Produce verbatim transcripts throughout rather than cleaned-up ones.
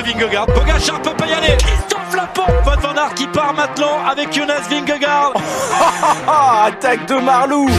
Vingegaard. Pogačar peut pas y aller. Christophe Laporte. Wout van Aert qui part maintenant avec Jonas Vingegaard. Attaque de Marlou.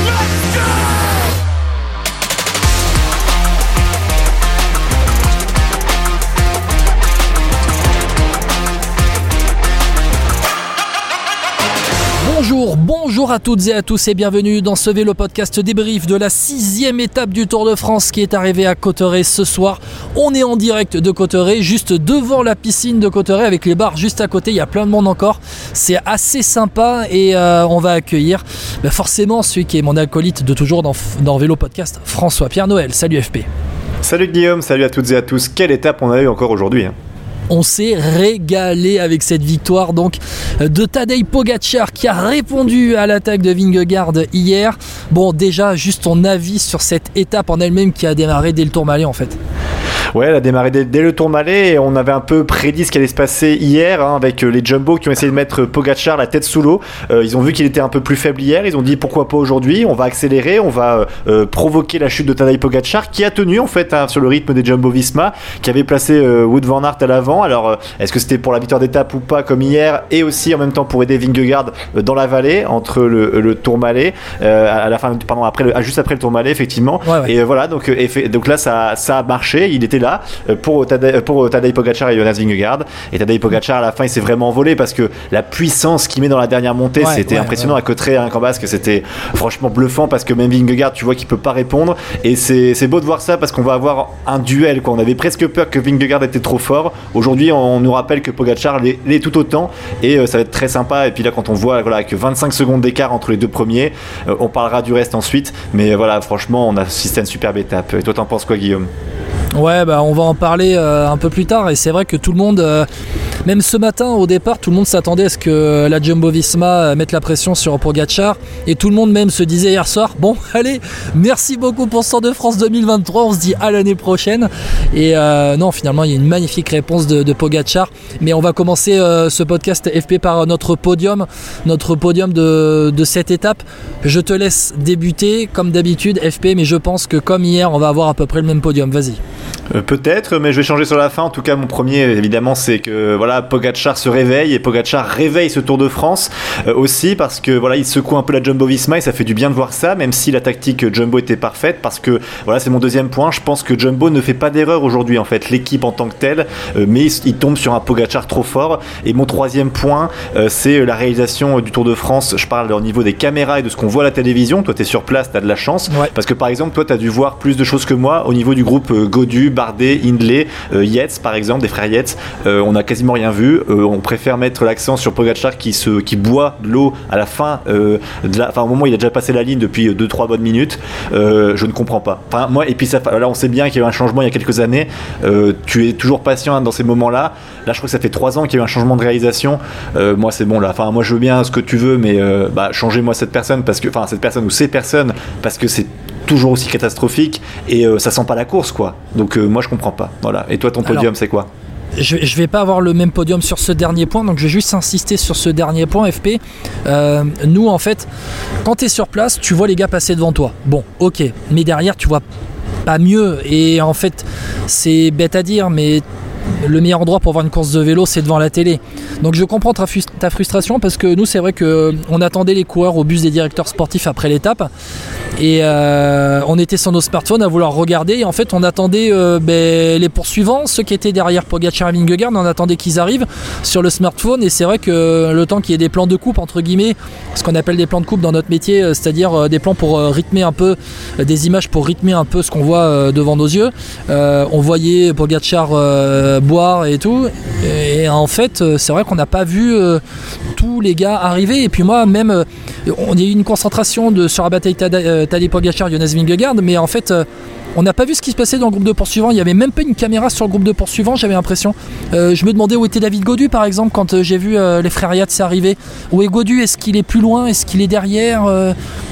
Bonjour, bonjour à toutes et à tous et bienvenue dans ce vélo podcast débrief de la sixième étape du Tour de France qui est arrivée à Cauterets ce soir. On est en direct de Cauterets, juste devant la piscine de Cauterets avec les bars juste à côté, il y a plein de monde encore. C'est assez sympa et euh, on va accueillir bah forcément celui qui est mon acolyte de toujours dans, dans Vélo Podcast, François-Pierre Noël. Salut F P. Salut Guillaume, salut à toutes et à tous. Quelle étape on a eu encore aujourd'hui hein. On s'est régalé avec cette victoire donc de Tadej Pogačar qui a répondu à l'attaque de Vingegaard hier. Bon, déjà juste ton avis sur cette étape en elle-même qui a démarré dès le Tourmalet en fait. Ouais, elle a démarré dès, dès le Tourmalet et on avait un peu prédit ce qui allait se passer hier hein, avec les Jumbo qui ont essayé de mettre Pogačar la tête sous l'eau. Euh, ils ont vu qu'il était un peu plus faible hier, ils ont dit pourquoi pas aujourd'hui, on va accélérer, on va euh, provoquer la chute de Tadej Pogačar qui a tenu en fait hein, sur le rythme des Jumbo-Visma, qui avait placé euh, Wout van Aert à l'avant. Alors euh, est-ce que c'était pour la victoire d'étape ou pas comme hier, et aussi en même temps pour aider Vingegaard euh, dans la vallée entre le, le Tourmalet euh, à la fin, pardon, après le, juste après le Tourmalet effectivement. Ouais, ouais. Et euh, voilà donc, euh, donc là ça, ça a marché, il était là pour Tadej, pour Tadej Pogačar et Jonas Vingegaard, et Tadej Pogačar à la fin il s'est vraiment envolé parce que la puissance qu'il met dans la dernière montée ouais, c'était ouais, impressionnant ouais. à Cauterets hein, Camp Basque, c'était franchement bluffant parce que même Vingegaard tu vois qu'il peut pas répondre et c'est, c'est beau de voir ça parce qu'on va avoir un duel quoi. On avait presque peur que Vingegaard était trop fort, aujourd'hui on nous rappelle que Pogačar l'est, l'est tout autant et euh, ça va être très sympa. Et puis là quand on voit voilà, que vingt-cinq secondes d'écart entre les deux premiers, euh, on parlera du reste ensuite, mais voilà franchement on a assisté à une superbe étape. Et toi t'en penses quoi Guillaume? Ouais, bah on va en parler euh, un peu plus tard et c'est vrai que tout le monde, euh, même ce matin au départ, tout le monde s'attendait à ce que la Jumbo-Visma mette la pression sur Pogačar et tout le monde même se disait hier soir, bon allez, merci beaucoup pour ce Tour de France deux mille vingt-trois, on se dit à l'année prochaine. Et euh, non, finalement il y a une magnifique réponse de, de Pogačar, mais on va commencer euh, ce podcast F P par notre podium, notre podium de, de cette étape. Je te laisse débuter comme d'habitude F P, mais je pense que comme hier on va avoir à peu près le même podium, vas-y. Euh, peut-être, mais je vais changer sur la fin. En tout cas, mon premier, évidemment, c'est que voilà, Pogačar se réveille et Pogačar réveille ce Tour de France euh, aussi parce que voilà, il secoue un peu la Jumbo-Visma et ça fait du bien de voir ça, même si la tactique Jumbo était parfaite. Parce que voilà, c'est mon deuxième point. Je pense que Jumbo ne fait pas d'erreur aujourd'hui, en fait, l'équipe en tant que telle, euh, mais il, il tombe sur un Pogačar trop fort. Et mon troisième point, euh, c'est la réalisation du Tour de France. Je parle au niveau des caméras et de ce qu'on voit à la télévision. Toi, t'es sur place, t'as de la chance, ouais. Parce que par exemple, toi, t'as dû voir plus de choses que moi au niveau du groupe euh, Gaudu, Bardet, Hindley, euh, Yates par exemple, des frères Yates, euh, on n'a quasiment rien vu. Euh, on préfère mettre l'accent sur Pogačar qui, se, qui boit de l'eau à la fin, euh, de la, enfin, au moment où il a déjà passé la ligne depuis deux trois bonnes minutes. Euh, je ne comprends pas. Enfin, moi, et puis ça, là, on sait bien qu'il y a eu un changement il y a quelques années. Euh, tu es toujours patient hein, dans ces moments-là. Là, je crois que ça fait trois ans qu'il y a eu un changement de réalisation. Euh, moi, c'est bon là. Enfin, moi, je veux bien ce que tu veux, mais euh, bah, changez-moi cette personne parce que, enfin, cette personne ou ces personnes parce que c'est toujours aussi catastrophique et euh, ça sent pas la course quoi. Donc euh, moi je comprends pas. Voilà. Et toi ton podium Alors, c'est quoi? Je, je vais pas avoir le même podium sur ce dernier point, donc je vais juste insister sur ce dernier point F P. Euh, nous en fait, quand tu es sur place, tu vois les gars passer devant toi. Bon, ok, mais derrière tu vois pas mieux et en fait c'est bête à dire mais le meilleur endroit pour voir une course de vélo c'est devant la télé. Donc je comprends ta, frust- ta frustration parce que nous c'est vrai qu'on attendait les coureurs au bus des directeurs sportifs après l'étape et euh, on était sur nos smartphones à vouloir regarder et en fait on attendait euh, ben, les poursuivants, ceux qui étaient derrière Pogačar et Vingegaard, on attendait qu'ils arrivent sur le smartphone et c'est vrai que le temps qu'il y ait des plans de coupe entre guillemets, ce qu'on appelle des plans de coupe dans notre métier, c'est-à-dire euh, des plans pour euh, rythmer un peu, euh, des images pour rythmer un peu ce qu'on voit euh, devant nos yeux, euh, on voyait Pogačar euh, boire et tout et, et en fait euh, c'est vrai qu'on n'a pas vu euh, tous les gars arriver et puis moi même euh, on y a eu une concentration de, sur la bataille Tadej Tadej Pogačar, Jonas Vingegaard, mais en fait euh, on n'a pas vu ce qui se passait dans le groupe de poursuivants. Il n'y avait même pas une caméra sur le groupe de poursuivants, j'avais l'impression. Euh, je me demandais où était David Gaudu par exemple quand euh, j'ai vu euh, les frères Yates arriver. Où est Gaudu? Est-ce qu'il est plus loin? Est-ce qu'il est derrière? euh...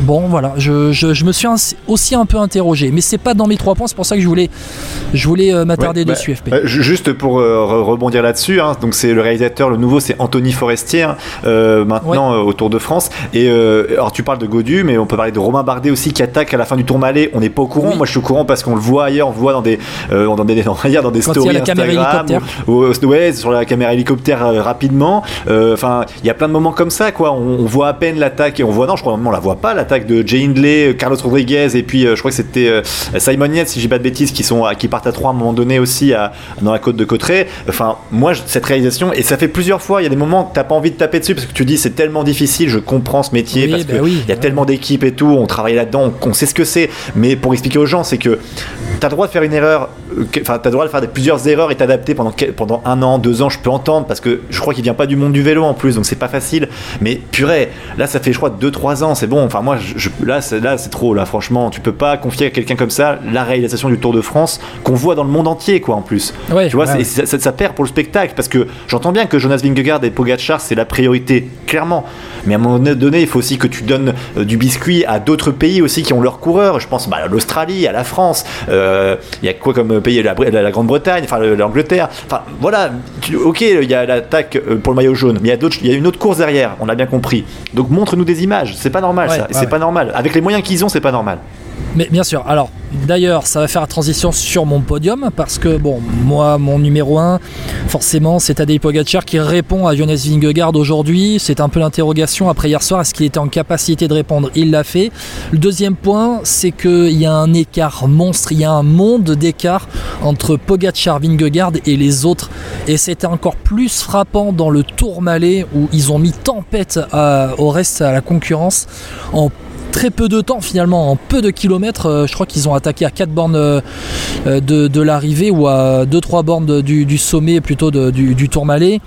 bon voilà, je, je, je me suis aussi un peu interrogé, mais c'est pas dans mes trois points, c'est pour ça que je voulais, je voulais euh, m'attarder ouais, bah, dessus F P. Euh, juste pour euh, rebondir là-dessus, hein, donc c'est le réalisateur, le nouveau c'est Anthony Forestier, hein, euh, maintenant ouais. euh, au Tour de France, et euh, alors tu parles de Gaudu, mais on peut parler de Romain Bardet aussi qui attaque à la fin du Tourmalet, on n'est pas au courant, oui. Moi je suis au courant parce qu'on le voit ailleurs, on le voit dans des, euh, dans des, dans, dans des Quand stories il y a la caméra hélicoptère. Ou, ou, ouais, sur la caméra hélicoptère euh, rapidement, enfin euh, il y a plein de moments comme ça quoi, on, on voit à peine l'attaque, et on voit, non je crois on la voit pas, l'attaque de Jay Hindley, Carlos Rodriguez, et puis euh, je crois que c'était euh, Simon Yates, si j'ai pas de bêtises, qui, sont, qui partent à trois à un moment donné aussi à, dans la côte de Cauterets. Enfin, moi, cette réalisation, et ça fait plusieurs fois, il y a des moments que t'as pas envie de taper dessus parce que tu dis c'est tellement difficile, je comprends ce métier, oui, parce bah qu'il oui, y a ouais. tellement d'équipes et tout, on travaille là-dedans, on sait ce que c'est, mais pour expliquer aux gens, c'est que t'as le droit de faire une erreur, enfin, t'as le droit de faire des, plusieurs erreurs et t'adapter pendant, pendant un an, deux ans, je peux entendre, parce que je crois qu'il vient pas du monde du vélo en plus, donc c'est pas facile, mais purée, là, ça fait, je crois, deux trois ans, c'est bon, enfin, moi, je, là, c'est, là, c'est trop, là, franchement, tu peux pas confier à quelqu'un comme ça la réalisation du Tour de France qu'on voit dans le monde entier, quoi, en plus. Ouais, tu vois, ouais. ça, ça, ça perd pour le spectacle, parce que j'entends bien que Jonas Vingegaard et Pogačar, c'est la priorité, clairement, mais à un moment donné, il faut aussi que tu donnes euh, du biscuit à d'autres pays aussi qui ont leurs coureurs, je pense bah, à l'Australie, à la France, il euh, y a quoi comme pays, la, la, la Grande-Bretagne, enfin l'Angleterre, enfin voilà, tu, ok, il y a l'attaque pour le maillot jaune, mais il y a d'autres, il y a une autre course derrière, on l'a bien compris, donc montre-nous des images, c'est pas normal ouais, ça, ouais, c'est ouais. pas normal, avec les moyens qu'ils ont, c'est pas normal. Mais bien sûr, alors d'ailleurs ça va faire la transition sur mon podium parce que bon, moi mon numéro un forcément c'est Tadej Pogačar qui répond à Jonas Vingegaard aujourd'hui, c'est un peu l'interrogation après hier soir, est-ce qu'il était en capacité de répondre, il l'a fait. Le deuxième point c'est qu'il y a un écart monstre, il y a un monde d'écart entre Pogačar, Vingegaard et les autres, et c'était encore plus frappant dans le Tourmalet où ils ont mis tempête à, au reste, à la concurrence, en très peu de temps finalement, en peu de kilomètres, euh, je crois qu'ils ont attaqué à quatre bornes euh, de, de l'arrivée ou à deux trois bornes de, du, du sommet plutôt de, du, du Tourmalet.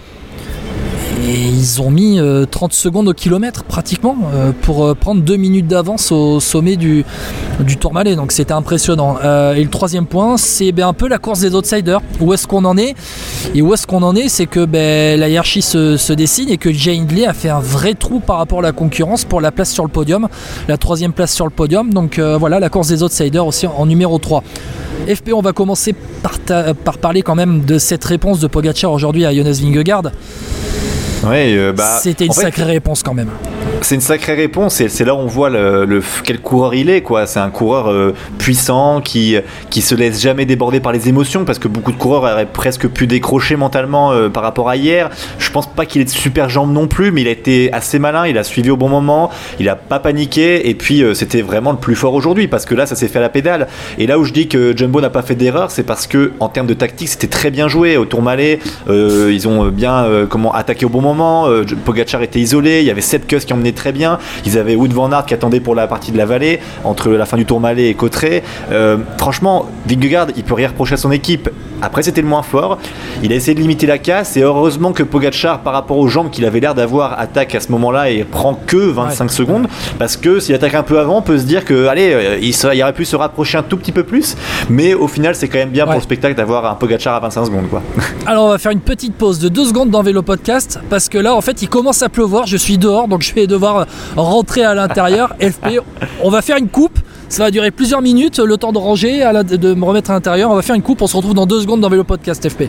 Et ils ont mis euh, trente secondes au kilomètre pratiquement euh, pour euh, prendre deux minutes d'avance au sommet du, du Tourmalet, donc c'était impressionnant. Euh, et le troisième point, c'est ben, un peu la course des outsiders. Où est-ce qu'on en est ? Et où est-ce qu'on en est ? C'est que ben, la hiérarchie se, se dessine et que Jay Hindley a fait un vrai trou par rapport à la concurrence pour la place sur le podium, la troisième place sur le podium. Donc euh, voilà, la course des outsiders aussi en, en numéro trois. F P, on va commencer par, ta, par parler quand même de cette réponse de Pogačar aujourd'hui à Jonas Vingegaard. Ouais, euh, bah, c'était une sacrée fait, réponse quand même. C'est une sacrée réponse, et c'est là où on voit le, le, quel coureur il est, quoi. C'est un coureur euh, puissant qui, qui se laisse jamais déborder par les émotions, parce que beaucoup de coureurs auraient presque pu décrocher mentalement euh, par rapport à hier. Je pense pas qu'il ait de super jambes non plus, mais il a été assez malin, il a suivi au bon moment, il a pas paniqué, et puis euh, c'était vraiment le plus fort aujourd'hui, parce que là ça s'est fait à la pédale. Et là où je dis que Jumbo n'a pas fait d'erreur, c'est parce que en termes de tactique c'était très bien joué. Au Tourmalet, euh, ils ont bien euh, comment attaqué au bon moment. euh, Pogačar était isolé, il y avait Sepp Kuss qui emmenait très bien, ils avaient Wout van Aert qui attendait pour la partie de la vallée entre la fin du Tourmalet et Cauterets. Euh, franchement, Vingegaard il peut rien reprocher à son équipe. Après c'était le moins fort, il a essayé de limiter la casse, et heureusement que Pogačar par rapport aux jambes qu'il avait l'air d'avoir attaque à ce moment-là et prend que vingt-cinq ouais. secondes, parce que s'il attaque un peu avant on peut se dire que allez il, serait, il aurait pu se rapprocher un tout petit peu plus, mais au final c'est quand même bien ouais. pour le spectacle d'avoir un Pogačar à vingt-cinq secondes quoi. Alors on va faire une petite pause de deux secondes dans Vélo Podcast, parce que là en fait il commence à pleuvoir, je suis dehors donc je vais devoir rentrer à l'intérieur. F P, on va faire une coupe, ça va durer plusieurs minutes, le temps de ranger, à la, de me remettre à l'intérieur, on va faire une coupe, on se retrouve dans deux secondes dans Vélo Podcast. F P.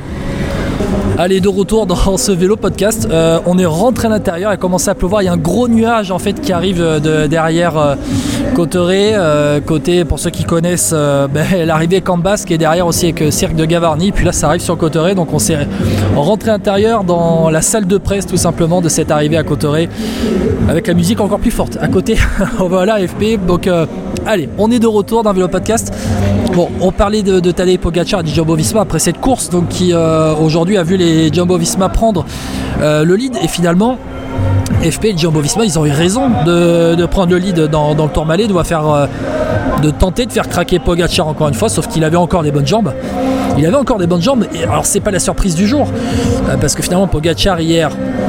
Allez, de retour dans ce Vélo Podcast, euh, on est rentré à l'intérieur, il a commencé à pleuvoir, il y a un gros nuage en fait qui arrive de, derrière euh, Cauterets, euh, côté pour ceux qui connaissent euh, ben, l'arrivée Camp Basque qui est derrière aussi avec euh, Cirque de Gavarnie, puis là ça arrive sur Cauterets, donc on s'est rentré à l'intérieur dans la salle de presse tout simplement de cette arrivée à Cauterets avec la musique encore plus forte à côté. Voilà F P, donc euh, allez, on est de retour dans Vélo Podcast. Bon, on parlait de, de Tadej Pogačar et du Jumbo-Visma après cette course, donc qui euh, aujourd'hui a vu les Jumbo-Visma prendre euh, le lead, et finalement F P et Jumbo-Visma ils ont eu raison de, de prendre le lead dans, dans le Tourmalet, de, faire, euh, de tenter de faire craquer Pogačar encore une fois, sauf qu'il avait encore des bonnes jambes. Il avait encore des bonnes jambes, et alors c'est pas la surprise du jour, euh, parce que finalement Pogačar hier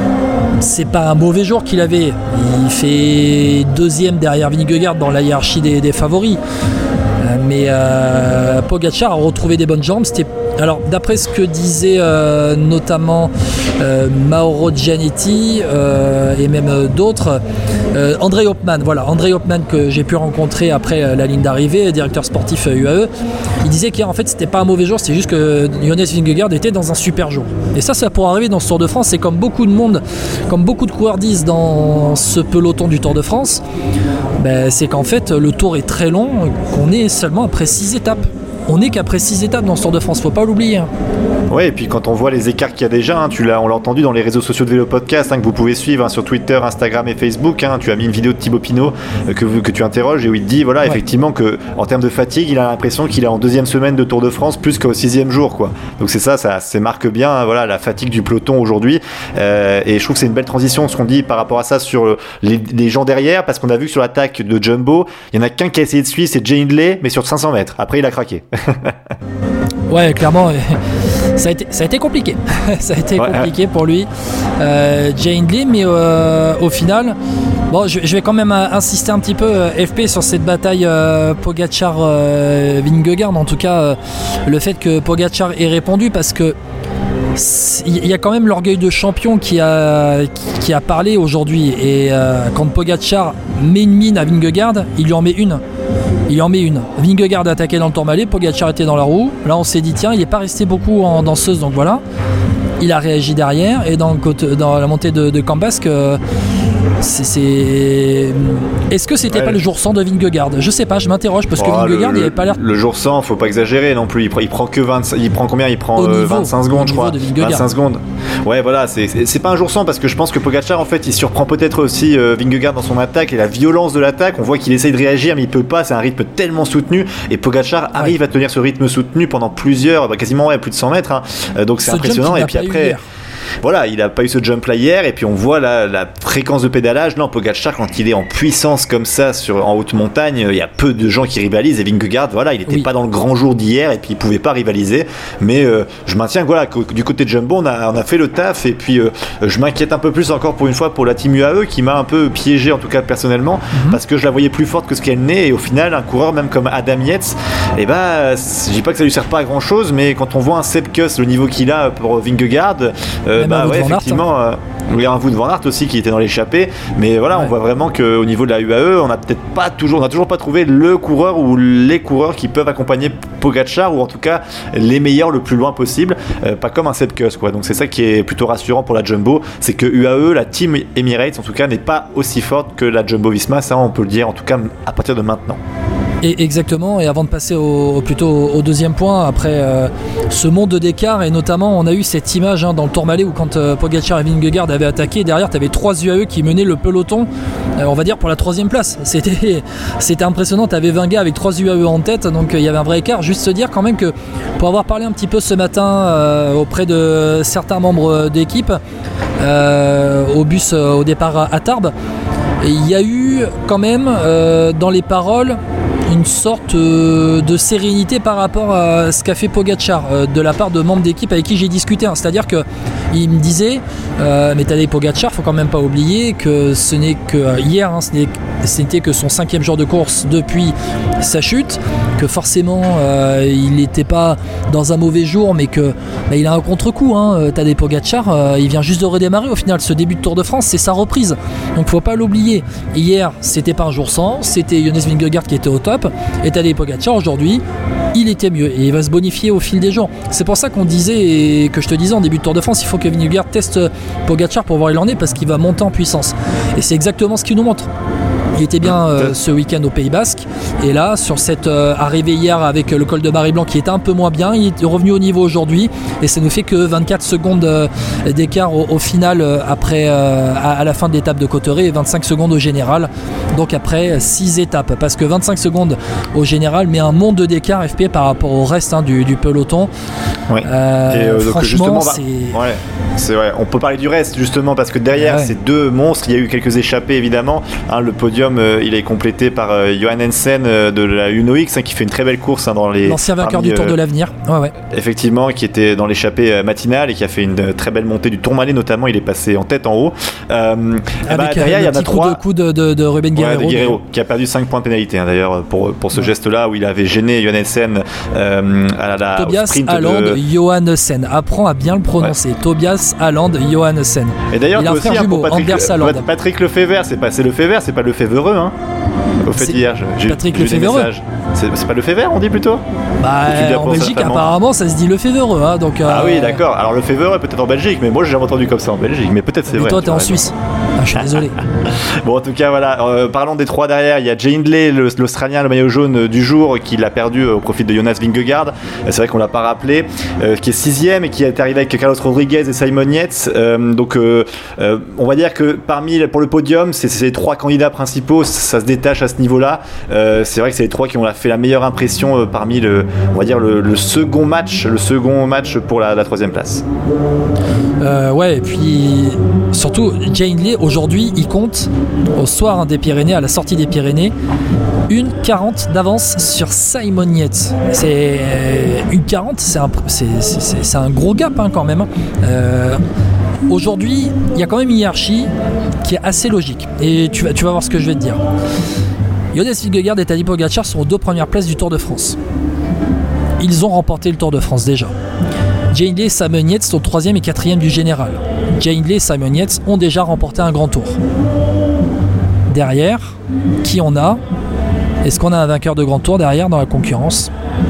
c'est pas un mauvais jour qu'il avait, il fait deuxième derrière Vingegaard dans la hiérarchie des, des favoris. Mais euh, Pogačar a retrouvé des bonnes jambes, c'était alors d'après ce que disait euh, notamment euh, Mauro Gianetti euh, et même euh, d'autres, euh, André Hopman, voilà, André Hopman que j'ai pu rencontrer après euh, la ligne d'arrivée, directeur sportif euh, U A E, il disait qu'en fait c'était pas un mauvais jour, c'était juste que Jonas Vingegaard était dans un super jour. Et ça, ça pourrait arriver dans ce Tour de France, c'est comme beaucoup de monde, comme beaucoup de coureurs disent dans ce peloton du Tour de France, ben, c'est qu'en fait le tour est très long, qu'on est seulement après six étapes. On n'est qu'après six étapes dans ce Tour de France, faut pas l'oublier. Ouais, et puis quand on voit les écarts qu'il y a déjà, hein, tu l'as, on l'a entendu dans les réseaux sociaux de Vélo Podcast, hein, que vous pouvez suivre hein, sur Twitter, Instagram et Facebook. Hein, tu as mis une vidéo de Thibaut Pinot euh, que, que tu interroges et où il te dit, voilà, ouais. effectivement, que en termes de fatigue, il a l'impression qu'il est en deuxième semaine de Tour de France plus qu'au sixième jour, quoi. Donc c'est ça, ça, ça marque bien, hein, voilà, la fatigue du peloton aujourd'hui. Euh, et je trouve que c'est une belle transition ce qu'on dit par rapport à ça sur les, les gens derrière, parce qu'on a vu que sur l'attaque de Jumbo, il y en a qu'un qui a essayé de suivre, c'est Jay Hindley, mais sur cinq cents mètres. Après, il a craqué. Ouais, clairement, ça a été, ça a été compliqué. ça a été ouais, compliqué ouais. pour lui, euh, Jay Hindley, mais euh, au final, bon, je, je vais quand même insister un petit peu, euh, F P, sur cette bataille euh, Pogačar-Vingegaard. En tout cas, euh, le fait que Pogačar ait répondu, parce que il y a quand même l'orgueil de champion qui a, qui, qui a parlé aujourd'hui. Et euh, quand Pogačar met une mine à Vingegaard, il lui en met une. Il en met une. Vingegaard a attaqué dans le Tourmalet, Pogačar était dans la roue. Là, on s'est dit, tiens, il n'est pas resté beaucoup en danseuse, donc voilà. Il a réagi derrière. Et dans, le côté, dans la montée de, de Cambasque, euh, c'est, c'est... est-ce que c'était ouais. pas le jour cent de Vingegaard? Je sais pas, je m'interroge parce oh, que Vingegaard, le, il avait pas l'air. Le jour cent, faut pas exagérer non plus. Il prend, il prend que vingt, il prend combien? Il prend euh, niveau, vingt-cinq secondes, je crois. vingt-cinq secondes. Ouais, voilà, c'est, c'est, c'est pas un jour cent parce que je pense que Pogačar, en fait, il surprend peut-être aussi euh, Vingegaard dans son attaque et la violence de l'attaque. On voit qu'il essaye de réagir, mais il peut pas. C'est un rythme tellement soutenu et Pogačar ouais. arrive à tenir ce rythme soutenu pendant plusieurs, bah, quasiment ouais, plus de cent mètres. Hein. Euh, donc c'est ce impressionnant. Et puis après. Voilà, il n'a pas eu ce jump là hier, et puis on voit la, la fréquence de pédalage. Non, Pogačar, quand il est en puissance comme ça sur, en haute montagne, il y a peu de gens qui rivalisent. Et Vingegaard, voilà, il n'était oui. pas dans le grand jour d'hier, et puis il ne pouvait pas rivaliser. Mais euh, je maintiens voilà, que du côté de Jumbo, on a, on a fait le taf, et puis euh, je m'inquiète un peu plus encore pour une fois pour la team U A E, qui m'a un peu piégé, en tout cas personnellement, mm-hmm. parce que je la voyais plus forte que ce qu'elle n'est, et au final, un coureur même comme Adam Yates, eh ben, je dis pas que ça lui sert pas à grand chose, mais quand on voit un Sepp Kuss, le niveau qu'il a pour Vingegaard, euh, bah ouais, effectivement, euh, il y a un Wout van Aert aussi qui était dans l'échappée, mais voilà, ouais. on voit vraiment qu'au niveau de la U A E, on a peut-être pas toujours, on a toujours pas trouvé le coureur ou les coureurs qui peuvent accompagner Pogačar, ou en tout cas les meilleurs le plus loin possible, euh, pas comme un Sepp Kuss, quoi. Donc c'est ça qui est plutôt rassurant pour la Jumbo, c'est que U A E, la team Emirates en tout cas, n'est pas aussi forte que la Jumbo-Visma, ça on peut le dire en tout cas à partir de maintenant. Et exactement, et avant de passer au, plutôt au deuxième point, après euh, ce monde d'écart, et notamment on a eu cette image hein, dans le Tourmalet où quand euh, Pogačar et Vingegaard avaient attaqué, derrière tu avais trois U A E qui menaient le peloton, euh, on va dire pour la troisième place. C'était, c'était impressionnant, tu avais vingt gars avec trois U A E en tête, donc il euh, y avait un vrai écart. Juste se dire quand même que pour avoir parlé un petit peu ce matin euh, auprès de certains membres d'équipe, euh, au bus euh, au départ à, à Tarbes, il y a eu quand même euh, dans les paroles une sorte euh, de sérénité par rapport à ce qu'a fait Pogačar euh, de la part de membres d'équipe avec qui j'ai discuté. Hein. C'est-à-dire qu'il me disait, euh, mais Tadej Pogačar, faut quand même pas oublier que ce n'est que euh, hier, hein, ce, n'est, ce n'était que son cinquième jour de course depuis sa chute, que forcément euh, il n'était pas dans un mauvais jour, mais que bah, il a un contre-coup. Hein, Tadej Pogačar, euh, il vient juste de redémarrer. Au final, ce début de Tour de France, c'est sa reprise. Donc faut pas l'oublier. Hier, c'était pas un jour sans, c'était Jonas Vingegaard qui était au top. Et Tadej Pogačar aujourd'hui, il était mieux et il va se bonifier au fil des jours. C'est pour ça qu'on disait, et que je te disais en début de Tour de France, il faut que Vingegaard teste Pogačar pour voir où il en est, parce qu'il va monter en puissance. Et c'est exactement ce qu'il nous montre. Il était bien euh, ce week-end au Pays Basque, et là sur cette euh, arrivée hier avec le col de Marie-Blanc qui était un peu moins bien, il est revenu au niveau aujourd'hui, et ça nous fait que vingt-quatre secondes euh, d'écart au, au final euh, après euh, à, à la fin de l'étape de Cotteret, et vingt-cinq secondes au général, donc après six étapes, parce que vingt-cinq secondes au général mais un monde d'écart F P par rapport au reste hein, du, du peloton. Oui. Euh, et euh, franchement, bah, c'est... Ouais. C'est vrai. On peut parler du reste justement parce que derrière ouais. ces deux monstres, il y a eu quelques échappées évidemment. Hein, le podium podium, euh, il est complété par euh, Johan Hansen euh, de la Uno X, hein, qui fait une très belle course hein, dans les. L'ancien vainqueur parmi, du Tour euh, de l'Avenir. Ouais, ouais. Effectivement, qui était dans l'échappée euh, matinale et qui a fait une euh, très belle montée du Tourmalet notamment. Il est passé en tête en haut. Euh, Avec bah, derrière, il y en a trois. Coup de coup de, de, de Ruben Guerrero, ouais, de Guerrero qui a perdu cinq points de pénalité hein, d'ailleurs pour pour ce ouais. geste-là où il avait gêné Johan Hansen euh, à la Tobias sprint Haaland de... Johannessen. Apprends à bien le prononcer. Ouais. Tobias Haaland Johannessen. Et d'ailleurs, il a un frère aussi, jumeau, hein, Patrick, Anders Haaland. Patrick Lefebvre, c'est pas c'est Lefebvre, c'est pas Lefevreux, hein. Au fait, c'est hier, j'ai, Patrick j'ai Lefebvre. C'est, c'est pas Lefebvre, on dit plutôt. Bah, en Belgique, apparemment, ça se dit Lefebvre, hein, donc. Euh... Ah oui, d'accord. Alors Lefebvre est peut-être en Belgique, mais moi j'ai jamais entendu comme ça en Belgique, mais peut-être c'est mais vrai. Toi, t'es en Suisse. Ah, je suis désolé. Bon, en tout cas, voilà. Euh, parlons des trois derrière. Il y a Jay Hindley, le, l'Australien, le maillot jaune du jour, qui l'a perdu au profit de Jonas Vingegaard. C'est vrai qu'on l'a pas rappelé, euh, qui est sixième et qui est arrivé avec Carlos Rodriguez et Simon Yates. Euh, donc, euh, euh, on va dire que parmi pour le podium, c'est, c'est les trois candidats principaux. Ça se détache à ce niveau-là. Euh, c'est vrai que c'est les trois qui ont fait la meilleure impression euh, parmi le, on va dire le, le second match, le second match pour la, la troisième place. Euh, ouais, et puis surtout Jay Hindley aujourd'hui, il compte au soir hein, des Pyrénées, à la sortie des Pyrénées, une quarante d'avance sur Simon Yates. C'est une quarante, c'est un, c'est, c'est, c'est un gros gap hein, quand même. Hein. Euh, aujourd'hui, il y a quand même une hiérarchie qui est assez logique. Et tu vas, tu vas voir ce que je vais te dire. Jonas Vingegaard et Tadej Pogačar sont aux deux premières places du Tour de France. Ils ont remporté le Tour de France déjà. Jay Hindley et Simon Yates sont troisième et quatrième du général. Jay Hindley et Simon Yates ont déjà remporté un grand tour. Derrière, qui on a ? Est-ce qu'on a un vainqueur de grand tour derrière dans la concurrence ?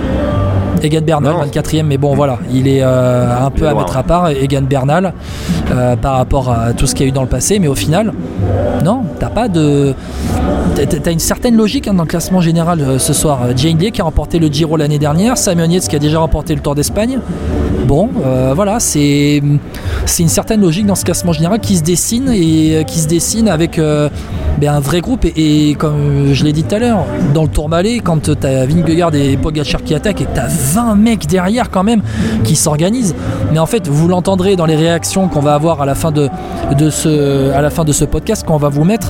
Egan Bernal, non. vingt-quatrième, mais bon voilà, il est euh, un peu à mettre à part, Egan Bernal, euh, par rapport à tout ce qu'il y a eu dans le passé, mais au final, non, t'as pas de... T'as une certaine logique hein, dans le classement général euh, ce soir. Jay Hindley qui a remporté le Giro l'année dernière, Simon Yates qui a déjà remporté le Tour d'Espagne. Bon, euh, voilà, c'est, c'est une certaine logique dans ce classement général qui se dessine et euh, qui se dessine avec euh, ben, un vrai groupe. Et, et comme je l'ai dit tout à l'heure, dans le Tourmalet, quand t'as Vingegaard et Pogačar qui attaquent et que t'as vingt mecs derrière quand même qui s'organisent. Mais en fait, vous l'entendrez dans les réactions qu'on va avoir à la fin de, de, ce, à la fin de ce podcast qu'on va vous mettre.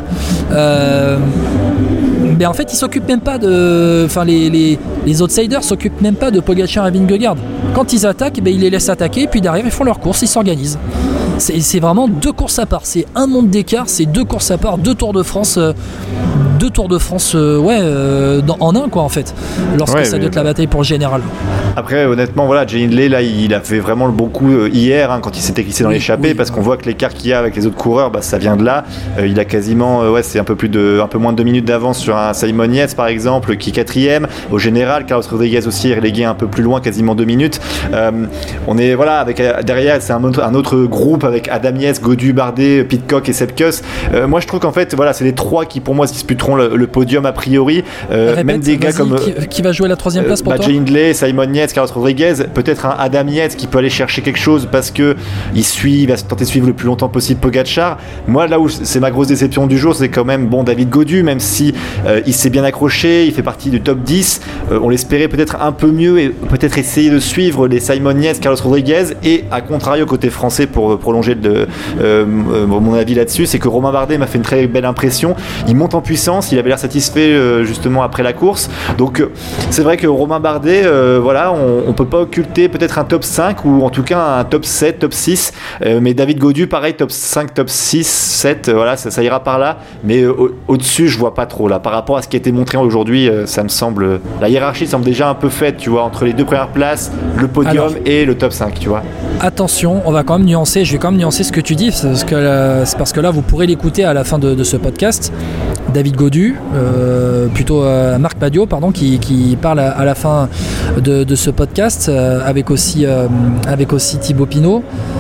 Euh, ben en fait, ils s'occupent même pas de... Enfin, les, les, les outsiders s'occupent même pas de Pogačar et Vingegaard. Quand ils attaquent, ben, ils les laissent attaquer, puis derrière, ils font leur course, ils s'organisent. C'est, c'est vraiment deux courses à part. C'est un monde d'écart, c'est deux courses à part, deux Tours de France... Euh, deux Tours de France euh, ouais, euh, dans, en un, quoi, en fait. Lorsque ouais, ça doit être la bataille pour le général. Après, honnêtement, voilà, Jay Hindley, là, il a fait vraiment le bon coup euh, hier, hein, quand il s'était glissé dans oui, l'échappée, oui, parce ouais. qu'on voit que l'écart qu'il y a avec les autres coureurs, bah, ça vient de là. Euh, il a quasiment, euh, ouais, c'est un peu plus de, un peu moins de deux minutes d'avance sur un Simon Yates, par exemple, qui est quatrième. Au général, Carlos Rodriguez aussi est relégué un peu plus loin, quasiment deux minutes. Euh, on est, voilà, avec derrière, c'est un autre, un autre groupe avec Adam Yates, Gaudu, Bardet, Pidcock et Sepp Kuss. Euh, moi, je trouve qu'en fait, voilà, c'est les trois qui, pour moi, se disputeront le, le podium a priori. Euh, Répète, même des gars comme qui, qui va jouer la troisième place pour bah, toi? Jay Hindley, Simon Yates, Carlos Rodriguez, peut-être un Adam Yates qui peut aller chercher quelque chose parce que il suit, il va tenter de suivre le plus longtemps possible Pogačar. Moi, là où c'est ma grosse déception du jour, c'est quand même bon David Gaudu, même si euh, il s'est bien accroché, il fait partie du top dix. Euh, on l'espérait peut-être un peu mieux et peut-être essayer de suivre les Simon Yates, Carlos Rodriguez, et à contrario côté français pour prolonger le, euh, mon avis là-dessus, c'est que Romain Bardet m'a fait une très belle impression. Il monte en puissance, il avait l'air satisfait euh, justement après la course. Donc euh, c'est vrai que Romain Bardet, euh, voilà, on, on peut pas occulter peut-être un top cinq ou en tout cas un top sept, top six. Euh, mais David Gaudu, pareil, top cinq, top six, sept, euh, voilà, ça, ça ira par là. Mais euh, au- au-dessus, je vois pas trop là. Par rapport à ce qui a été montré aujourd'hui, euh, ça me semble. La hiérarchie semble déjà un peu faite, tu vois, entre les deux premières places, le podium Alors, et le top cinq, tu vois. Attention, on va quand même nuancer, je vais quand même nuancer ce que tu dis, c'est parce que, euh, c'est parce que là, vous pourrez l'écouter à la fin de, de ce podcast. David Gaudu, euh, plutôt euh, Marc Madiot, pardon, qui, qui parle à, à la fin de, de ce podcast, euh, avec, aussi, euh, avec aussi Thibaut Pinot.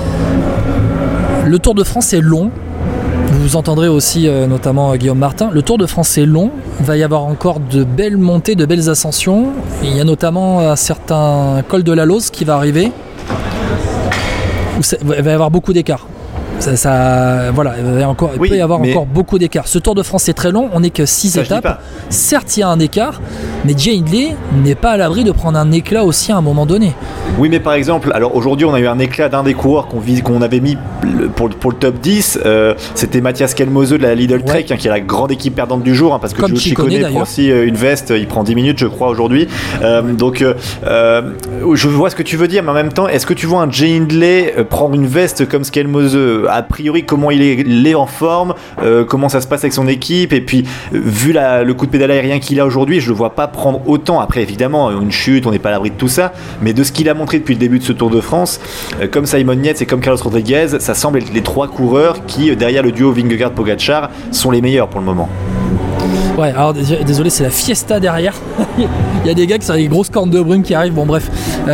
Le Tour de France est long. Vous entendrez aussi euh, notamment euh, Guillaume Martin. Le Tour de France est long. Il va y avoir encore de belles montées, de belles ascensions. Il y a notamment un certain col de la Lose qui va arriver. Où ça- il va y avoir beaucoup d'écart. Ça, ça, voilà, il, y a encore, il oui, peut y avoir mais... encore beaucoup d'écart. Ce Tour de France est très long, on n'est que six étapes. Certes, il y a un écart, mais Jay Hindley n'est pas à l'abri de prendre un éclat aussi à un moment donné. Oui, mais par exemple, alors aujourd'hui, on a eu un éclat d'un des coureurs qu'on, vise, qu'on avait mis pour, pour le top dix. Euh, c'était Mathias Kelmose de la Lidl Trek, ouais. hein, qui est la grande équipe perdante du jour, hein, parce que Joe Ciccone prend aussi une veste, il prend dix minutes, je crois, aujourd'hui. Euh, donc, euh, je vois ce que tu veux dire, mais en même temps, est-ce que tu vois un Jay Hindley prendre une veste comme Kelmose? A priori, comment il est, il est en forme, euh, comment ça se passe avec son équipe, et puis vu la, le coup de pédale aérien qu'il a aujourd'hui, je le vois pas prendre autant. Après, évidemment, une chute, on n'est pas à l'abri de tout ça, mais de ce qu'il a montré depuis le début de ce Tour de France, euh, comme Simon Yates et comme Carlos Rodriguez, ça semble être les trois coureurs qui, derrière le duo Vingegaard-Pogačar, sont les meilleurs pour le moment. Ouais, alors désolé, c'est la fiesta derrière. Il y a des gars qui sont avec des grosses cornes de brume qui arrivent. Bon, bref.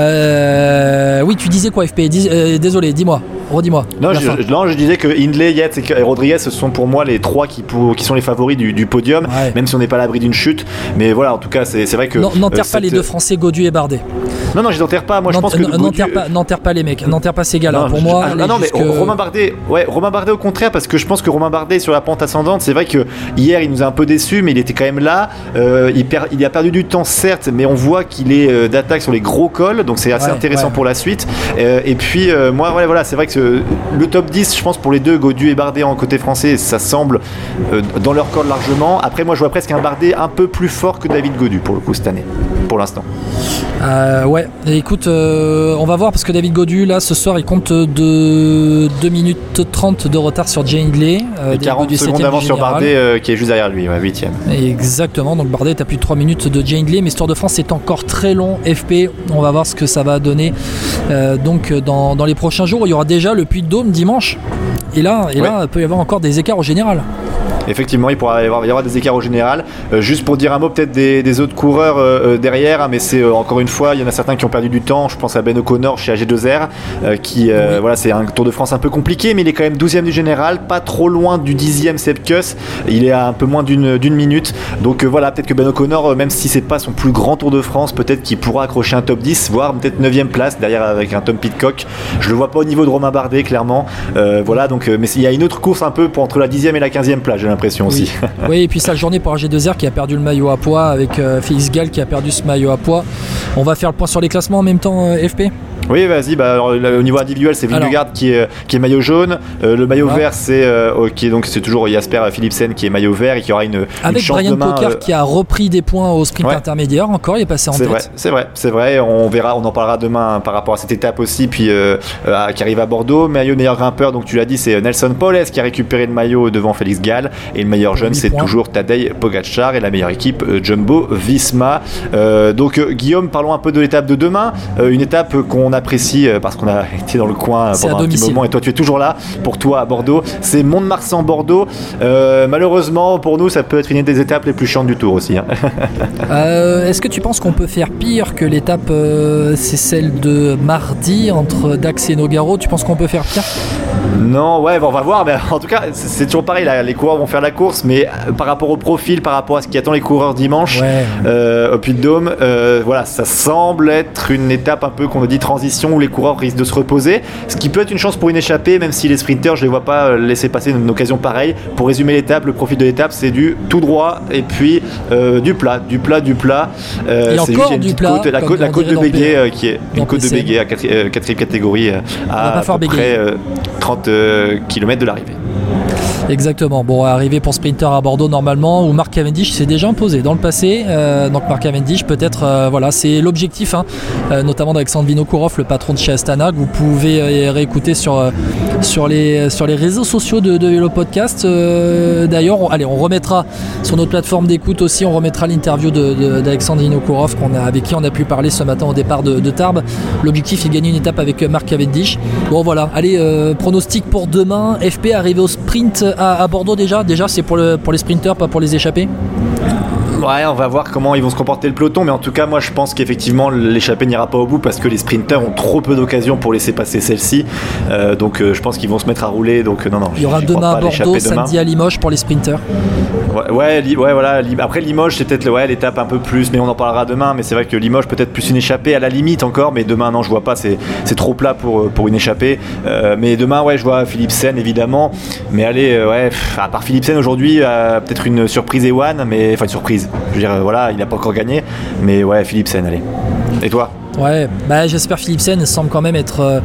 Euh, oui, tu disais quoi, F P? Dis, euh, Désolé, dis-moi. Redis-moi. Non je, non, je disais que Hindley, Yates et Rodriguez, ce sont pour moi les trois qui, pour, qui sont les favoris du, du podium, ouais. même si on n'est pas à l'abri d'une chute. Mais voilà, en tout cas, c'est, c'est vrai que. Non, n'enterre euh, pas les deux Français, Gaudu et Bardet. Non, non, je n'enterre pas. Moi, je pense que. N- n'enterre, Gaudu... pas, n'enterre pas les mecs, n'enterre pas ces gars-là. Non, pour je, moi. Ah, non, mais jusque... Romain Bardet, ouais, Romain Bardet au contraire, parce que je pense que Romain Bardet sur la pente ascendante, c'est vrai que hier, il nous a un peu déçus, mais il était quand même là. Euh, il, perd, il a perdu du temps, certes, mais on voit qu'il est euh, d'attaque sur les gros cols, donc c'est assez ouais, intéressant ouais. pour la suite. Euh, et puis, euh, moi, voilà, voilà, c'est vrai que ce, le top dix, je pense, pour les deux, Gaudu et Bardet en côté français, ça semble euh, dans leur corde largement. Après, moi, je vois presque un Bardet un peu plus fort que David Gaudu, pour le coup, cette année, pour l'instant. Euh, ouais, et écoute, euh, on va voir, parce que David Gaudu, là, ce soir, il compte de deux minutes trente de retard sur Jay Hindley. Euh, et quarante Gaudu, secondes d'avance sur Bardet, euh, qui est juste derrière lui, ouais, huitième. Exactement, donc Bardet est à plus de trois minutes de Jay Hindley, mais ce Tour de France est encore très long, F P. On va voir ce que ça va donner. Euh, donc, dans, dans les prochains jours, il y aura déjà le Puy-de-Dôme dimanche. Et là, et là, ouais. il peut y avoir encore des écarts au général. Effectivement, il pourra y avoir, il y aura des écarts au général. Euh, juste pour dire un mot peut-être des, des autres coureurs euh, derrière, hein, mais c'est euh, encore une fois, il y en a certains qui ont perdu du temps. Je pense à Ben O'Connor chez A G deux R, euh, qui euh, oui. voilà, c'est un Tour de France un peu compliqué, mais il est quand même douzième du général, pas trop loin du dixième Sepkus. Il est à un peu moins d'une, d'une minute. Donc euh, voilà, peut-être que Ben O'Connor, euh, même si c'est pas son plus grand Tour de France, peut-être qu'il pourra accrocher un top dix, voire peut-être neuvième place derrière avec un Tom Pidcock. Je le vois pas au niveau de Romain Bardet, clairement. Euh, voilà, donc, euh, mais il y a une autre course un peu pour entre la dixième et la quinzième place, j'ai l'impression oui. aussi. Oui, et puis sale journée pour A G deux R qui a perdu le maillot à pois, avec euh, Félix Gall qui a perdu ce maillot à pois. On va faire le point sur les classements en même temps, euh, F P. Oui, vas-y. Bah, alors, au niveau individuel, c'est Vingegaard qui est qui est maillot jaune. Euh, le maillot ah. vert, c'est euh, okay, donc c'est toujours Jasper Philipsen qui est maillot vert et qui aura une, avec une chance Brian demain, Cocard euh... qui a repris des points au sprint ouais. intermédiaire. Encore, il est passé en c'est tête. Vrai, c'est vrai, c'est vrai. On verra, on en parlera demain par rapport à cette étape aussi, puis euh, euh, qui arrive à Bordeaux. Maillot meilleur grimpeur, donc tu l'as dit, c'est Nelson Powless qui a récupéré le maillot devant Félix Gall, et le meilleur jeune, c'est points. toujours Tadej Pogačar, et la meilleure équipe euh, Jumbo Visma. Euh, donc euh, Guillaume, parlons un peu de l'étape de demain, euh, une étape qu'on apprécie euh, parce qu'on a été dans le coin c'est pendant un petit moment, et toi tu es toujours là pour toi à Bordeaux. C'est Mont-de-Marsan-Bordeaux. Euh, malheureusement pour nous, ça peut être une des étapes les plus chiantes du Tour aussi. Hein. euh, est-ce que tu penses qu'on peut faire pire que l'étape, euh, c'est celle de mardi entre Dax et Nogaro? Tu penses qu'on peut faire pire? Non, ouais, bon, on va voir, mais en tout cas, c'est, c'est toujours pareil, là, les coureurs vont faire la course, mais par rapport au profil, par rapport à ce qui attend les coureurs dimanche, ouais. euh, au Puy-de-Dôme, euh, voilà, ça semble être une étape un peu, qu'on a dit, transition, où les coureurs risquent de se reposer, ce qui peut être une chance pour une échappée, même si les sprinters, je les vois pas laisser passer une, une occasion pareille. Pour résumer l'étape, le profil de l'étape, c'est du tout droit, et puis euh, du plat, du plat, du plat. Euh, et c'est encore juste, du plat, côte, la côte, la côte de Béguet, euh, qui est une côte de Béguet à quatrième catégorie, euh, à, à peu Béguet. près euh, trente kilomètres de l'arrivée. Exactement. Bon, arrivé pour Sprinter à Bordeaux normalement, où Mark Cavendish s'est déjà imposé dans le passé. Euh, donc Mark Cavendish, peut-être, euh, voilà, c'est l'objectif, hein, euh, notamment d'Alexandre Vinokourov, le patron de chez Astana, que vous pouvez euh, réécouter sur euh, sur les sur les réseaux sociaux de, de Vélo Podcast. Euh, d'ailleurs, on, allez, on remettra sur notre plateforme d'écoute aussi, on remettra l'interview de, de, d'Alexandre Vinokourov qu'on a, avec qui on a pu parler ce matin au départ de, de Tarbes. L'objectif est de gagner une étape avec Mark Cavendish. Bon, voilà. Allez, euh, pronostic pour demain. F P arrivé au sprint à, à Bordeaux déjà. Déjà, c'est pour, le, pour les sprinters, pas pour les échappés. Ouais, on va voir comment ils vont se comporter le peloton, mais en tout cas, moi je pense qu'effectivement l'échappée n'ira pas au bout parce que les sprinters ont trop peu d'occasions pour laisser passer celle-ci. Euh, donc euh, je pense qu'ils vont se mettre à rouler. Donc euh, non, non. Il y aura demain à Bordeaux, samedi à Limoges pour les sprinters. Ouais, ouais, li- ouais voilà. Li- Après Limoges, c'est peut-être ouais, l'étape un peu plus, mais on en parlera demain. Mais c'est vrai que Limoges peut-être plus une échappée à la limite encore, mais demain non, je vois pas. C'est, c'est trop plat pour pour une échappée. Euh, mais demain, ouais, je vois Philipsen évidemment. Mais allez, euh, ouais, pff, à part Philipsen aujourd'hui, euh, peut-être une surprise Ewan, mais enfin une surprise. Je veux dire, euh, voilà, il n'a pas encore gagné, mais ouais, Philipsen, allez. Et toi ? Ouais, bah j'espère Philipsen semble quand même être euh,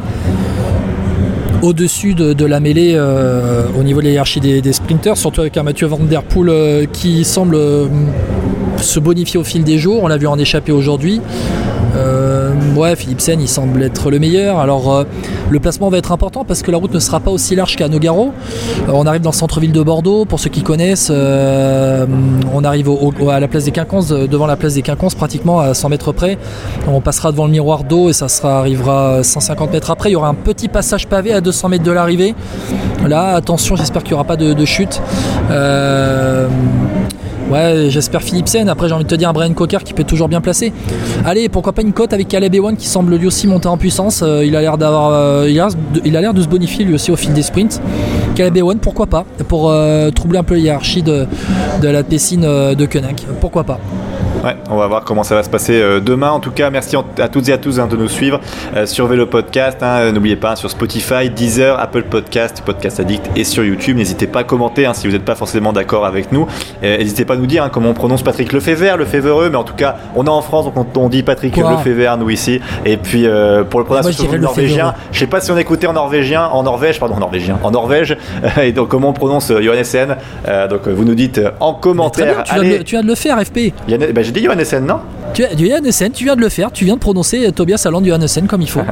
au-dessus de, de la mêlée euh, au niveau de la hiérarchie des, des sprinters, surtout avec un Mathieu Van Der Poel euh, qui semble euh, se bonifier au fil des jours. On l'a vu en échappée aujourd'hui. Euh, ouais, Philipsen il semble être le meilleur. Alors euh, le placement va être important parce que la route ne sera pas aussi large qu'à Nogaro. Euh, on arrive dans le centre-ville de Bordeaux, pour ceux qui connaissent. Euh, on arrive au, au, à la place des Quinconces, devant la place des Quinconces, pratiquement à cent mètres près. On passera devant le miroir d'eau et ça sera, arrivera cent cinquante mètres après. Il y aura un petit passage pavé à deux cents mètres de l'arrivée. Là, attention, j'espère qu'il n'y aura pas de, de chute. Euh, Ouais, j'espère Philipsen. Après, j'ai envie de te dire un Brian Cocker qui peut être toujours bien placé. Allez, pourquoi pas une cote avec Caleb Ewan qui semble lui aussi monter en puissance. Euh, il a l'air d'avoir, euh, il a, il a l'air de se bonifier lui aussi au fil des sprints. Caleb Ewan, pourquoi pas, pour euh, troubler un peu la hiérarchie de, de la Pessine euh, de Koenig. Pourquoi pas. Ouais, on va voir comment ça va se passer euh, demain. En tout cas, merci à toutes et à tous hein, de nous suivre euh, sur Vélo Podcast. Hein, n'oubliez pas hein, sur Spotify, Deezer, Apple Podcast, Podcast Addict et sur YouTube. N'hésitez pas à commenter hein, si vous n'êtes pas forcément d'accord avec nous. Euh, n'hésitez pas à nous dire hein, comment on prononce Patrick Lefebvre, Lefevreux, mais en tout cas, on est en France, donc on, on dit Patrick Quoi Lefebvre nous ici. Et puis euh, pour le prononciation norvégien, je sais pas si on écoutait en norvégien, en Norvège, pardon, en norvégien, en Norvège. et donc comment on prononce euh, Johannessen. Euh, donc vous nous dites euh, en commentaire. Bien, tu, viens de, tu viens de le faire, F P. Yann, bah, j'ai dit Johannessen, non? Tu, Johannessen, tu viens de le faire, tu viens de prononcer Tobias Allan Johannessen comme il faut.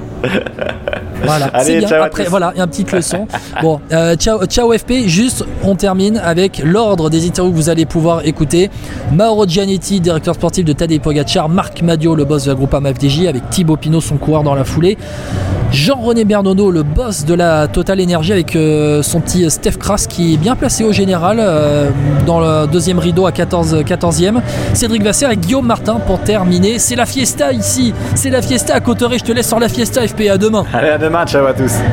Voilà, allez, c'est bien. Ciao après, voilà, une petite leçon. Bon, euh, ciao, ciao F P. Juste, on termine avec l'ordre des interviews que vous allez pouvoir écouter. Mauro Gianetti, directeur sportif de Tadej Pogacar, Marc Madio, le boss de la Groupama F D J, avec Thibaut Pinot, son coureur dans la foulée. Jean-René Bernodeau, le boss de la Total Energy, avec euh, son petit Steph Kras qui est bien placé au général euh, dans le deuxième rideau à quatorze, quatorzième. Cédric Vasseur et Guillaume Martin pour terminer. C'est la fiesta ici, c'est la fiesta à Cotteret. Je te laisse sur la fiesta F P. À demain. Allez, à demain, ciao à tous.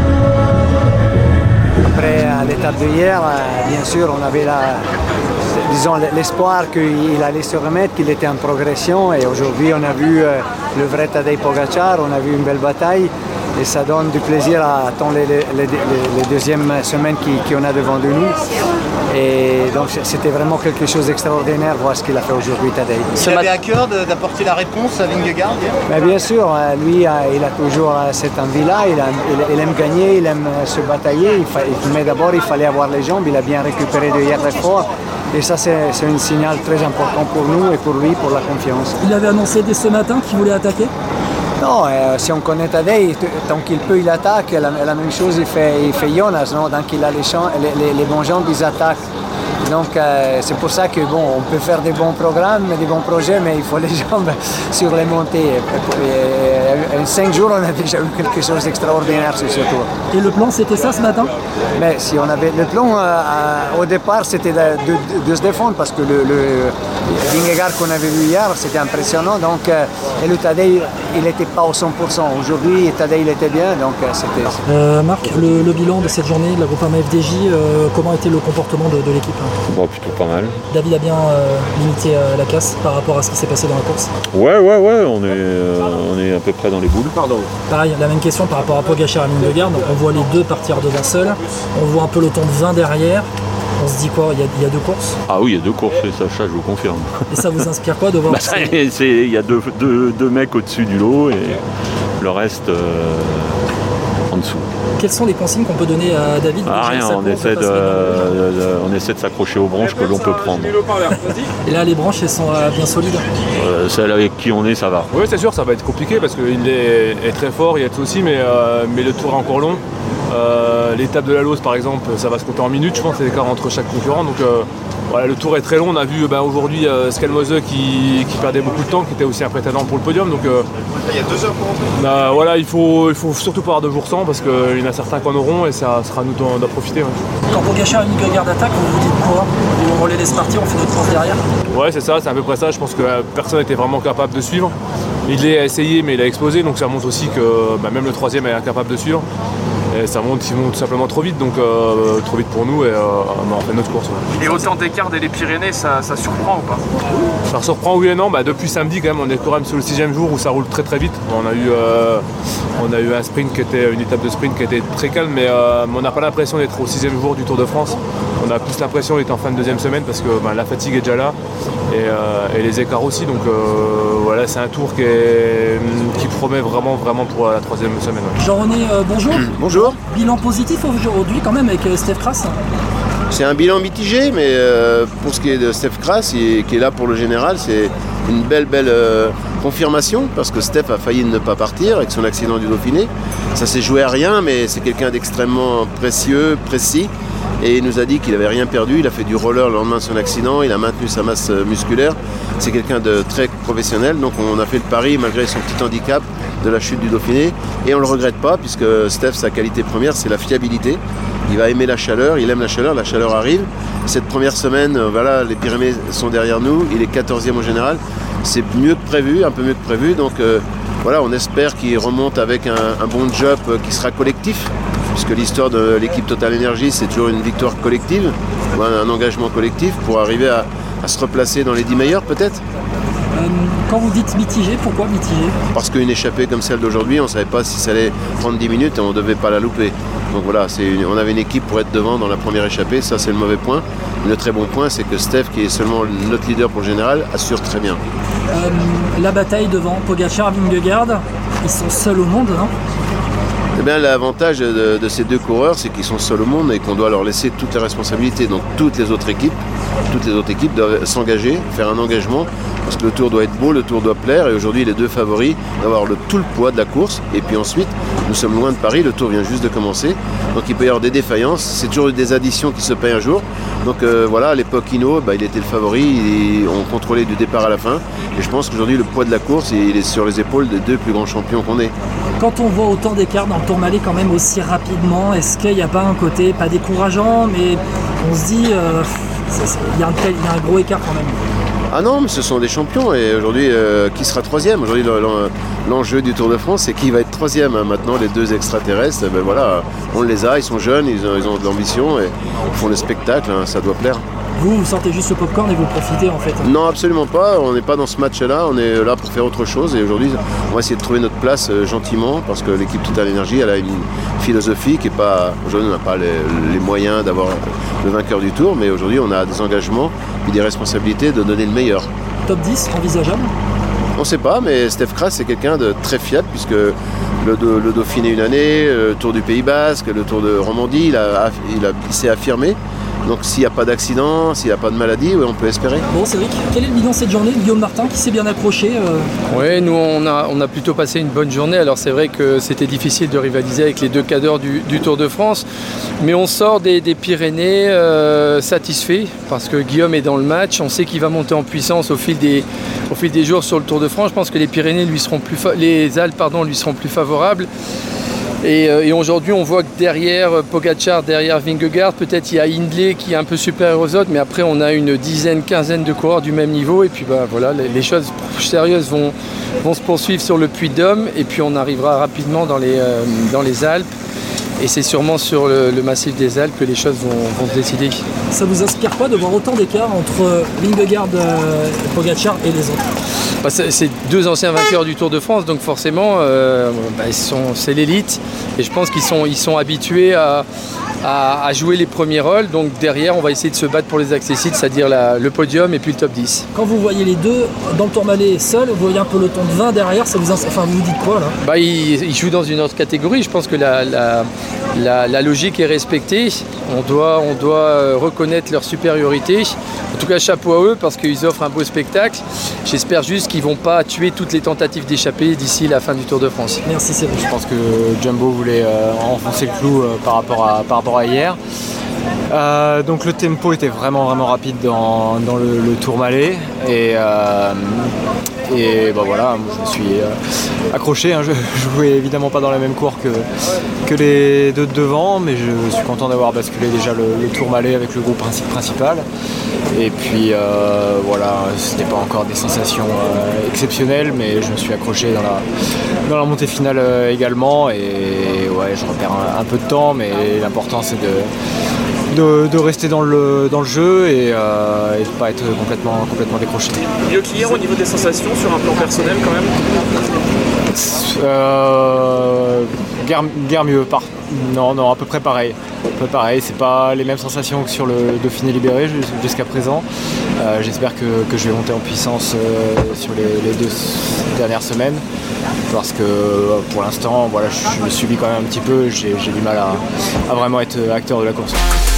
Après l'étape d'hier, bien sûr, on avait la, disons, l'espoir qu'il allait se remettre, qu'il était en progression. Et aujourd'hui, on a vu le vrai Tadej Pogacar, on a vu une belle bataille. Et ça donne du plaisir à attendre les, les, les, les deuxièmes semaines qu'on a devant de nous. Et donc c'était vraiment quelque chose d'extraordinaire voir ce qu'il a fait aujourd'hui Tadej. Il avait à cœur d'apporter la réponse à Vingegaard. Mais bien sûr, lui il a toujours cette envie-là, il, il, il aime gagner, il aime se batailler. Il fa, mais d'abord il fallait avoir les jambes, il a bien récupéré de hier l'effort. Et ça c'est, c'est un signal très important pour nous et pour lui, pour la confiance. Il avait annoncé dès ce matin qu'il voulait attaquer ? Non, euh, si on connaît Tadej, tant qu'il peut, il attaque. La, la même chose, il fait, il fait Jonas, non? Tant qu'il a les, champs, les, les, les bons jambes, ils attaquent. Donc euh, c'est pour ça que bon, on peut faire des bons programmes, des bons projets, mais il faut les jambes sur les montées. Et, et, en cinq jours, on a déjà eu quelque chose d'extraordinaire sur ce tour. Et le plan, c'était ça ce matin? Mais si on avait le plan euh, au départ, c'était de, de, de se défendre parce que le, le Vingegaard qu'on avait vu hier, c'était impressionnant. Donc euh, et le Tadej, il n'était pas au cent pour cent. Aujourd'hui, Tadej, il était bien, donc euh, c'était. Euh, Marc, le, le bilan de cette journée de la Groupama F D J, euh, comment était le comportement de, de l'équipe? Bon, plutôt pas mal. David a bien euh, limité euh, la casse par rapport à ce qui s'est passé dans la course. Ouais, ouais, ouais, on est, euh, on est à peu près dans les boules. Pardon. Pareil, la même question par rapport à Pogacar et Vingegaard. On voit les deux partir devant seuls. On voit un peloton de vingt derrière. On se dit quoi, il y, a, il y a deux courses? Ah oui, il y a deux courses, et ça, ça je vous confirme. Et ça vous inspire quoi de voir? bah, c'est... C'est, il y a deux, deux, deux mecs au-dessus du lot et le reste euh, en dessous. Quelles sont les consignes qu'on peut donner à David? Ah, rien, on essaie, de, de, de, on essaie de s'accrocher aux branches que l'on peut prendre. Et là, les branches, elles sont euh, bien solides? euh, Celle avec qui on est, ça va. Oui, c'est sûr, ça va être compliqué parce qu'il est, est très fort, il y a de soucis, mais, euh, mais le tour est encore long. Euh, l'étape de la Lose, par exemple, ça va se compter en minutes, je pense, c'est l'écart entre chaque concurrent. Donc, euh, voilà, le tour est très long. On a vu bah, aujourd'hui euh, Skelmose qui, qui perdait beaucoup de temps, qui était aussi un prétendant pour le podium. Donc, euh, il y a deux heures pour rentrer. Bah, voilà, il faut, il faut surtout pas avoir de jours sans parce qu'il y en a certains qui en auront et ça sera à nous d'en, d'en profiter. Ouais. Quand Pogacar et Vingegaard attaquent, vous vous dites quoi? On les laisse partir, on fait notre course derrière? Ouais, c'est ça, c'est à peu près ça. Je pense que euh, personne n'était vraiment capable de suivre. Il l'a essayé, mais il a explosé. Donc ça montre aussi que bah, même le troisième est incapable de suivre. Et ça monte, ils montent tout simplement trop vite, donc euh, trop vite pour nous et euh, bah, on fait notre course. Ouais. Et autant d'écart dès les Pyrénées, ça, ça surprend ou pas? Ça surprend oui et non. Bah, depuis samedi quand même, on est quand même sur le sixième jour où ça roule très très vite. On a eu, euh, on a eu un sprint qui était une étape de sprint qui était très calme, mais, euh, mais on n'a pas l'impression d'être au sixième jour du Tour de France. On a plus l'impression d'être en fin de deuxième semaine parce que bah, la fatigue est déjà là et, euh, et les écarts aussi. Donc euh, voilà, c'est un tour qui, est, qui promet vraiment vraiment pour la troisième semaine. Ouais. Jean-René, euh, bonjour. Bonjour. Bilan positif aujourd'hui quand même avec euh, Stef Kras. C'est un bilan mitigé, mais euh, pour ce qui est de Stef Kras, qui est là pour le général, c'est une belle belle euh, confirmation parce que Stef a failli ne pas partir avec son accident du Dauphiné. Ça s'est joué à rien, mais c'est quelqu'un d'extrêmement précieux, précis. Et il nous a dit qu'il n'avait rien perdu, il a fait du roller le lendemain de son accident, il a maintenu sa masse musculaire. C'est quelqu'un de très professionnel, donc on a fait le pari malgré son petit handicap de la chute du Dauphiné. Et on ne le regrette pas puisque Stef, sa qualité première, c'est la fiabilité. Il va aimer la chaleur, il aime la chaleur, la chaleur arrive. Cette première semaine, voilà, les Pyrénées sont derrière nous, il est quatorzième au général. C'est mieux que prévu, un peu mieux que prévu, donc euh, voilà, on espère qu'il remonte avec un, un bon job qui sera collectif. Puisque l'histoire de l'équipe Total Energy, c'est toujours une victoire collective, un engagement collectif pour arriver à, à se replacer dans les dix meilleurs peut-être. Euh, quand vous dites mitigé, pourquoi mitigé? Parce qu'une échappée comme celle d'aujourd'hui, on ne savait pas si ça allait prendre dix minutes et on ne devait pas la louper. Donc voilà, c'est une, on avait une équipe pour être devant dans la première échappée, ça c'est le mauvais point. Le très bon point, c'est que Stef, qui est seulement notre leader pour le général, assure très bien. Euh, la bataille devant Pogacar, Vingegaard, ils sont seuls au monde, non? Eh bien, l'avantage de, de ces deux coureurs, c'est qu'ils sont seuls au monde et qu'on doit leur laisser toutes les responsabilités. Donc toutes les autres équipes, toutes les autres équipes doivent s'engager, faire un engagement, parce que le tour doit être beau, le tour doit plaire. Et aujourd'hui, les deux favoris doivent avoir le, tout le poids de la course. Et puis ensuite, nous sommes loin de Paris, le tour vient juste de commencer. Donc il peut y avoir des défaillances, c'est toujours des additions qui se payent un jour. Donc euh, voilà, à l'époque Hinault, bah, il était le favori, il, on contrôlait du départ à la fin. Et je pense qu'aujourd'hui, le poids de la course, il est sur les épaules des deux plus grands champions qu'on ait. Quand on voit autant d'écart dans le Tourmalet quand même aussi rapidement, est-ce qu'il n'y a pas un côté, pas décourageant, mais on se dit, euh, il y, y a un gros écart quand même? Ah non, mais ce sont des champions et aujourd'hui, euh, qui sera troisième? Aujourd'hui, l'enjeu du Tour de France, c'est qui va être troisième. Maintenant, les deux extraterrestres, ben voilà, on les a, ils sont jeunes, ils ont, ils ont de l'ambition et ils font le spectacle, hein, ça doit plaire. Vous, vous sortez juste le popcorn et vous profitez en fait? Non, absolument pas. On n'est pas dans ce match-là. On est là pour faire autre chose. Et aujourd'hui, on va essayer de trouver notre place euh, gentiment parce que l'équipe Total Energy, elle a une philosophie qui est pas. Aujourd'hui, on n'a pas les, les moyens d'avoir le vainqueur du Tour, mais aujourd'hui, on a des engagements et des responsabilités de donner le meilleur. Top dix envisageable? On ne sait pas, mais Stef Kras, c'est quelqu'un de très fiable puisque le, le Dauphiné une année, le Tour du Pays Basque, le Tour de Romandie, il, a, il, a, il s'est affirmé. Donc s'il n'y a pas d'accident, s'il n'y a pas de maladie, ouais, on peut espérer. Bon, Cédric, quel est le bilan cette journée? Guillaume Martin qui s'est bien accroché euh... Oui, nous on a, on a plutôt passé une bonne journée. Alors c'est vrai que c'était difficile de rivaliser avec les deux cadors du, du Tour de France. Mais on sort des, des Pyrénées euh, satisfait parce que Guillaume est dans le match. On sait qu'il va monter en puissance au fil des, au fil des jours sur le Tour de France. Je pense que les Pyrénées lui seront plus fa- les Alpes pardon, lui seront plus favorables. Et, et aujourd'hui, on voit que derrière Pogacar, derrière Vingegaard, peut-être il y a Hindley qui est un peu supérieur aux autres, mais après on a une dizaine, quinzaine de coureurs du même niveau. Et puis bah, voilà, les, les choses sérieuses vont, vont se poursuivre sur le Puy-de-Dôme. Et puis on arrivera rapidement dans les, euh, dans les Alpes. Et c'est sûrement sur le, le massif des Alpes que les choses vont, vont se décider. Ça vous inspire quoi de voir autant d'écart entre Vingegaard, euh, Pogacar et les autres? Bah, c'est, c'est deux anciens vainqueurs du Tour de France, donc forcément, euh, bah, ils sont, c'est l'élite. Et je pense qu'ils sont, ils sont habitués à, à, à jouer les premiers rôles. Donc derrière, on va essayer de se battre pour les accessibles, c'est-à-dire la, le podium et puis le top dix. Quand vous voyez les deux dans le Tourmalet seuls, vous voyez un peloton de vingt derrière, ça vous, ins- enfin, vous vous dites quoi là? Bah, ils, ils jouent dans une autre catégorie. Je pense que la, la, la, la logique est respectée. On doit, on doit reconnaître leur supériorité. En tout cas, chapeau à eux parce qu'ils offrent un beau spectacle. J'espère juste qu'ils ne vont pas tuer toutes les tentatives d'échapper d'ici la fin du Tour de France. Merci Cédric. Je pense que Jumbo voulait euh, enfoncer le clou euh, par, rapport à, par rapport à hier. Euh, donc le tempo était vraiment vraiment rapide dans, dans le, le Tourmalet et, euh, et bah voilà, moi, je me suis euh, accroché, hein, je ne jouais évidemment pas dans la même cour que, que les deux de devant, mais je suis content d'avoir basculé déjà le, le Tourmalet avec le groupe principal et puis euh, voilà, c'était pas encore des sensations euh, exceptionnelles, mais je me suis accroché dans la, dans la montée finale euh, également et ouais, je repère un, un peu de temps, mais l'important c'est de De, de rester dans le, dans le jeu et, euh, et de ne pas être complètement, complètement décroché. Mieux qu'hier au niveau des sensations sur un plan personnel quand même euh, guère, guère mieux, par... non, non, à peu près pareil. À peu près pareil, c'est pas les mêmes sensations que sur le Dauphiné libéré jusqu'à présent. Euh, j'espère que, que je vais monter en puissance euh, sur les, les deux dernières semaines. Parce que pour l'instant, voilà, je, je le subis quand même un petit peu, j'ai, j'ai du mal à, à vraiment être acteur de la course.